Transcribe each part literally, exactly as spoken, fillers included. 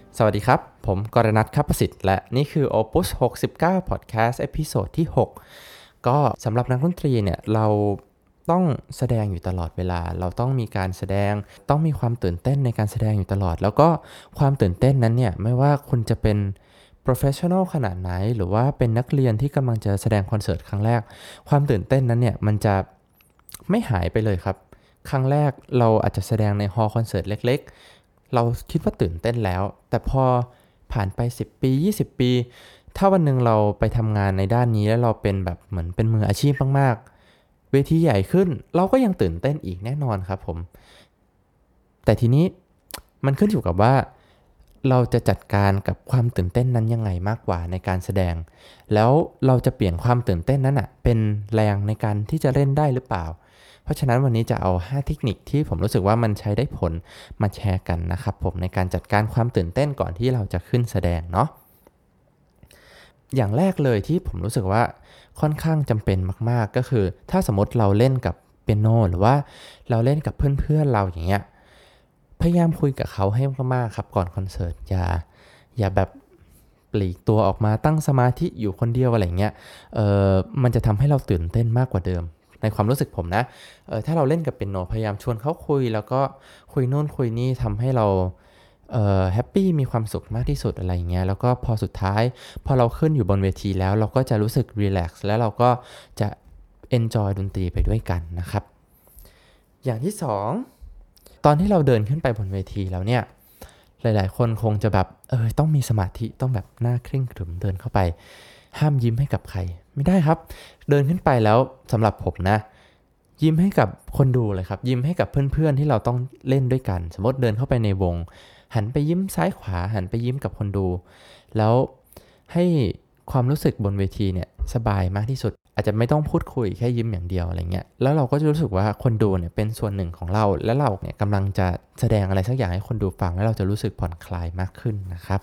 สวัสดีครับผมกรณัฐ คัปประสิทธิ์และนี่คือ Opus หกสิบเก้า Podcast เอพิโซดที่หกก็สำหรับนักดนตรีเนี่ยเราต้องแสดงอยู่ตลอดเวลาเราต้องมีการแสดงต้องมีความตื่นเต้นในการแสดงอยู่ตลอดแล้วก็ความตื่นเต้นนั้นเนี่ยไม่ว่าคุณจะเป็น professional ขนาดไหนหรือว่าเป็นนักเรียนที่กำลังจะแสดงคอนเสิร์ตครั้งแรกความตื่นเต้นนั้นเนี่ยมันจะไม่หายไปเลยครับครั้งแรกเราอาจจะแสดงในฮอลล์คอนเสิร์ตเล็กๆเราคิดว่าตื่นเต้นแล้วแต่พอผ่านไปสิบปียี่สิบปีถ้าวันหนึ่งเราไปทำงานในด้านนี้แล้วเราเป็นแบบเหมือนเป็นมืออาชีพมากๆเวทีใหญ่ขึ้นเราก็ยังตื่นเต้นอีกแน่นอนครับผมแต่ทีนี้มันขึ้นอยู่กับว่าเราจะจัดการกับความตื่นเต้นนั้นยังไงมากกว่าในการแสดงแล้วเราจะเปลี่ยนความตื่นเต้นนั้นอะเป็นแรงในการที่จะเล่นได้หรือเปล่าเพราะฉะนั้นวันนี้จะเอาห้าเทคนิคที่ผมรู้สึกว่ามันใช้ได้ผลมาแชร์กันนะครับผมในการจัดการความตื่นเต้นก่อนที่เราจะขึ้นแสดงเนาะอย่างแรกเลยที่ผมรู้สึกว่าค่อนข้างจำเป็นมากๆก็คือถ้าสมมติเราเล่นกับเปียโนหรือว่าเราเล่นกับเพื่อนๆเราอย่างเงี้ยพยายามคุยกับเขาให้มากๆครับก่อนคอนเสิร์ตอย่าอย่าแบบปลีกตัวออกมาตั้งสมาธิอยู่คนเดียวอะไรเงี้ยเออมันจะทำให้เราตื่นเต้นมากกว่าเดิมในความรู้สึกผมนะเออถ้าเราเล่นกับเปียโนพยายามชวนเขาคุยแล้วก็คุยโน่นคุยนี่ทำให้เราเอ่อแฮปปี้มีความสุขมากที่สุดอะไรเงี้ยแล้วก็พอสุดท้ายพอเราขึ้นอยู่บนเวทีแล้วเราก็จะรู้สึกรีแลกซ์แล้วเราก็จะ enjoy ดนตรีไปด้วยกันนะครับอย่างที่สองตอนที่เราเดินขึ้นไปบนเวทีแล้วเนี่ยหลายๆคนคงจะแบบเออต้องมีสมาธิต้องแบบหน้าเคร่งขรึมเดินเข้าไปห้ามยิ้มให้กับใครไม่ได้ครับเดินขึ้นไปแล้วสำหรับผมนะยิ้มให้กับคนดูเลยครับยิ้มให้กับเพื่อนๆที่เราต้องเล่นด้วยกันสมมติเดินเข้าไปในวงหันไปยิ้มซ้ายขวาหันไปยิ้มกับคนดูแล้วให้ความรู้สึกบนเวทีเนี่ยสบายมากที่สุดอาจจะไม่ต้องพูดคุยแค่ยิ้มอย่างเดียวอะไรเงี้ยแล้วเราก็จะรู้สึกว่าคนดูเนี่ยเป็นส่วนหนึ่งของเราและเราเนี่ยกำลังจะแสดงอะไรสักอย่างให้คนดูฟังแล้วเราจะรู้สึกผ่อนคลายมากขึ้นนะครับ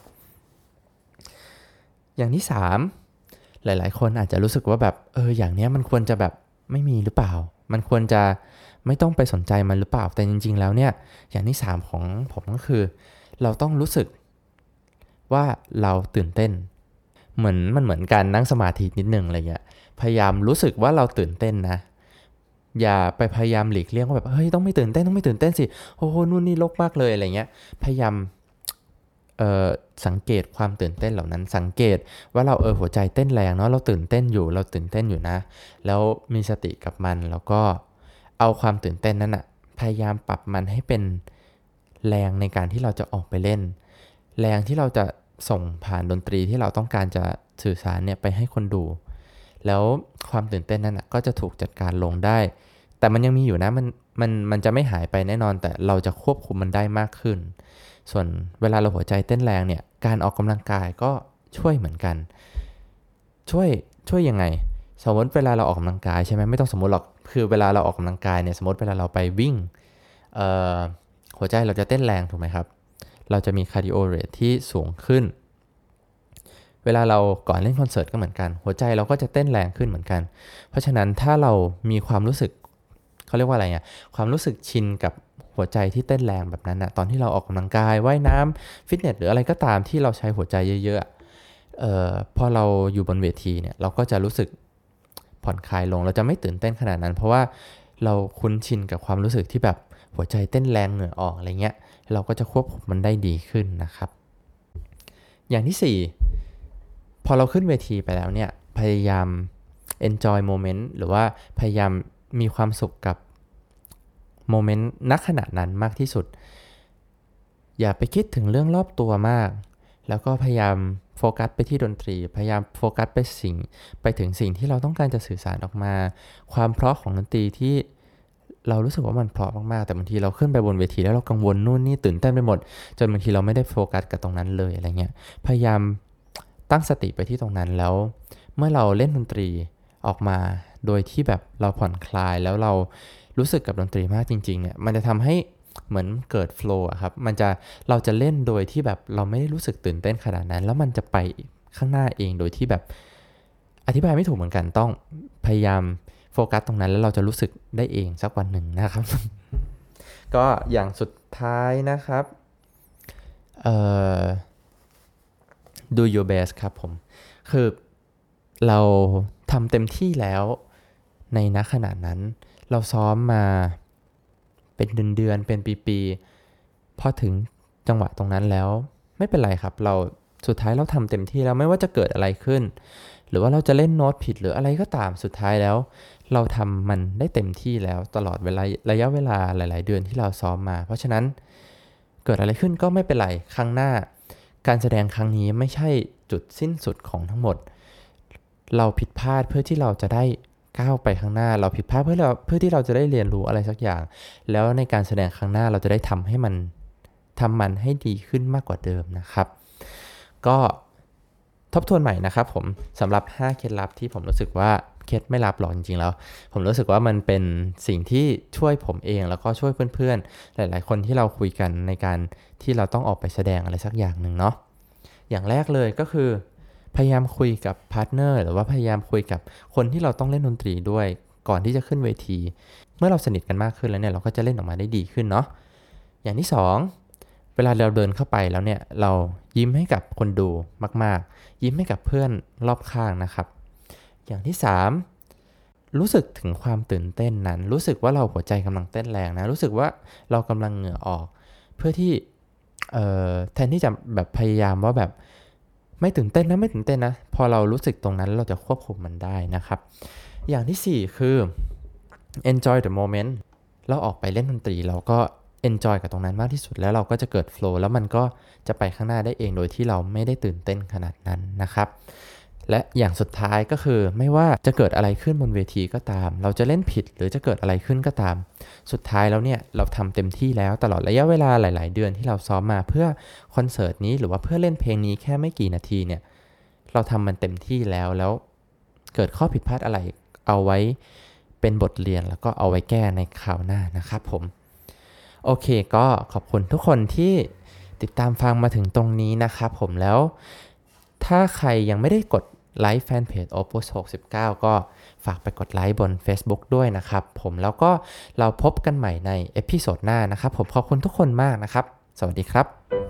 อย่างที่สามหลายๆคนอาจจะรู้สึกว่าแบบเอออย่างเนี้ยมันควรจะแบบไม่มีหรือเปล่ามันควรจะไม่ต้องไปสนใจมันหรือเปล่าแต่จริงๆแล้วเนี่ยอย่างที่สามของผมก็คือเราต้องรู้สึกว่าเราตื่นเต้นเหมือนมันเหมือนการนั่งสมาธินิดนึงอะไรเงี้ยพยายามรู้สึกว่าเราตื่นเต้นนะอย่าไปพยายามหลีกเลี่ยงว่าแบบเฮ้ยต้องไม่ตื่นเต้นต้องไม่ตื่นเต้นสิโอ้โหนู่นนี่โลกมากเลยอะไรเงี้ยพยายามเอ่อสังเกตความตื่นเต้นเหล่านั้นสังเกตว่าเราเออหัวใจเต้นแรงเนาะเราตื่นเต้นอยู่เราตื่นเต้นอยู่นะแล้วมีสติกับมันแล้วก็เอาความตื่นเต้นนั้นอะพยายามปรับมันให้เป็นแรงในการที่เราจะออกไปเล่นแรงที่เราจะส่งผ่านดนตรีที่เราต้องการจะสื่อสารเนี่ยไปให้คนดูแล้วความตื่นเต้นนั้นนะก็จะถูกจัดการลงได้แต่มันยังมีอยู่นะมันมันมันจะไม่หายไปแน่นอนแต่เราจะควบคุมมันได้มากขึ้นส่วนเวลาเราหัวใจเต้นแรงเนี่ยการออกกำลังกายก็ช่วยเหมือนกันช่วยช่วยยังไงสมมติเวลาเราออกกำลังกายใช่ไหมไม่ต้องสมมติหรอกคือเวลาเราออกกำลังกายเนี่ยสมมติเวลาเราไปวิ่งเอ่อหัวใจเราจะเต้นแรงถูกไหมครับเราจะมีคาร์ดิโอเรทที่สูงขึ้นเวลาเราก่อนเล่นคอนเสิร์ตก็เหมือนกันหัวใจเราก็จะเต้นแรงขึ้นเหมือนกันเพราะฉะนั้นถ้าเรามีความรู้สึกเขาเรียกว่าอะไรอ่ะความรู้สึกชินกับหัวใจที่เต้นแรงแบบนั้นนะตอนที่เราออกกำลังกายว่ายน้ำฟิตเนสหรืออะไรก็ตามที่เราใช้หัวใจเยอะๆเอ่อพอเราอยู่บนเวทีเนี่ยเราก็จะรู้สึกผ่อนคลายลงเราจะไม่ตื่นเต้นขนาดนั้นเพราะว่าเราคุ้นชินกับความรู้สึกที่แบบหัวใจเต้นแรงเหงื่อออกอะไรเงี้ยเราก็จะควบคุมมันได้ดีขึ้นนะครับอย่างที่สี่พอเราขึ้นเวทีไปแล้วเนี่ยพยายาม enjoy moment หรือว่าพยายามมีความสุขกับโมเมนต์ณขณะนั้นมากที่สุดอย่าไปคิดถึงเรื่องรอบตัวมากแล้วก็พยายามโฟกัสไปที่ดนตรีพยายามโฟกัสไปสิ่งไปถึงสิ่งที่เราต้องการจะสื่อสารออกมาความเพราะของดนตรีที่เรารู้สึกว่ามันเพราะมากๆแต่บางทีเราขึ้นไปบนเวทีแล้วเรากังวลนู่นนี่ตื่นเต้นไปหมดจนบางทีเราไม่ได้โฟกัสกับตรงนั้นเลยอะไรเงี้ยพยายามตั้งสติไปที่ตรงนั้นแล้วเมื่อเราเล่นดนตรีออกมาโดยที่แบบเราผ่อนคลายแล้วเรารู้สึกกับดนตรีมากจริงๆเนี่ยมันจะทำให้เหมือนเกิดโฟลว์อะครับมันจะเราจะเล่นโดยที่แบบเราไม่ได้รู้สึกตื่นเต้นขนาดนั้นแล้วมันจะไปข้างหน้าเองโดยที่แบบอธิบายไม่ถูกเหมือนกันต้องพยายามโฟกัสตรงนั้นแล้วเราจะรู้สึกได้เองสักวันหนึ่งนะครับ ก็อย่างสุดท้ายนะครับเอ่อ do your best ครับผมคือเราทำเต็มที่แล้วในณขณะนั้นเราซ้อมมาเป็นเดือนๆเป็นปีๆพอถึงจังหวะตรงนั้นแล้วไม่เป็นไรครับเราสุดท้ายเราทำเต็มที่แล้วไม่ว่าจะเกิดอะไรขึ้นหรือว่าเราจะเล่นโน้ตผิดหรืออะไรก็ตามสุดท้ายแล้วเราทำมันได้เต็มที่แล้วตลอดเวลาระยะเวลาหลายๆเดือนที่เราซ้อมมาเพราะฉะนั้นเกิดอะไรขึ้นก็ไม่เป็นไรครั้งหน้าการแสดงครั้งนี้ไม่ใช่จุดสิ้นสุดของทั้งหมดเราผิดพลาดเพื่อที่เราจะได้ก้าวไปข้างหน้าเราผิดพลาดเพื่อเราเพื่อที่เราจะได้เรียนรู้อะไรสักอย่างแล้วในการแสดงครั้งหน้าเราจะได้ทำให้มันทำมันให้ดีขึ้นมากกว่าเดิมนะครับก็ทบทวนใหม่นะครับผมสำหรับห้าเคล็ดลับที่ผมรู้สึกว่าเคล็ดไม่ลับหรอกจริงๆแล้วผมรู้สึกว่ามันเป็นสิ่งที่ช่วยผมเองแล้วก็ช่วยเพื่อนๆหลายๆคนที่เราคุยกันในการที่เราต้องออกไปแสดงอะไรสักอย่างหนึ่งเนาะอย่างแรกเลยก็คือพยายามคุยกับพาร์ทเนอร์หรือว่าพยายามคุยกับคนที่เราต้องเล่นดนตรีด้วยก่อนที่จะขึ้นเวทีเมื่อเราสนิทกันมากขึ้นแล้วเนี่ยเราก็จะเล่นออกมาได้ดีขึ้นเนาะอย่างที่สองเวลาเราเดินเข้าไปแล้วเนี่ยเรายิ้มให้กับคนดูมากๆยิ้มให้กับเพื่อนรอบข้างนะครับอย่างที่สามรู้สึกถึงความตื่นเต้นนั้นรู้สึกว่าเราหัวใจกำลังเต้นแรงนะรู้สึกว่าเรากำลังเหงื่อออกเพื่อที่เอ่อแทนที่จะแบบพยายามว่าแบบไม่ตื่นเต้นนะไม่ตื่นเต้นนะพอเรารู้สึกตรงนั้นเราจะควบคุมมันได้นะครับอย่างที่สี่คือ enjoy the moment เราออกไปเล่นดนตรีเราก็enjoy กับตรงนั้นมากที่สุดแล้วเราก็จะเกิด flow แล้วมันก็จะไปข้างหน้าได้เองโดยที่เราไม่ได้ตื่นเต้นขนาดนั้นนะครับและอย่างสุดท้ายก็คือไม่ว่าจะเกิดอะไรขึ้นบนเวทีก็ตามเราจะเล่นผิดหรือจะเกิดอะไรขึ้นก็ตามสุดท้ายแล้วเนี่ยเราทำเต็มที่แล้วตลอดระยะเวลาหลายๆเดือนที่เราซ้อมมาเพื่อคอนเสิร์ตนี้หรือว่าเพื่อเล่นเพลงนี้แค่ไม่กี่นาทีเนี่ยเราทำมันเต็มที่แล้วแล้วเกิดข้อผิดพลาดอะไรเอาไว้เป็นบทเรียนแล้วก็เอาไว้แก้ในคราวหน้านะครับผมโอเคก็ขอบคุณทุกคนที่ติดตามฟังมาถึงตรงนี้นะครับผมแล้วถ้าใครยังไม่ได้กดไลค์แฟนเพจ Opus หกสิบเก้าก็ฝากไปกดไลค์บน Facebook ด้วยนะครับผมแล้วก็เราพบกันใหม่ในเอพิโซดหน้านะครับผมขอบคุณทุกคนมากนะครับสวัสดีครับ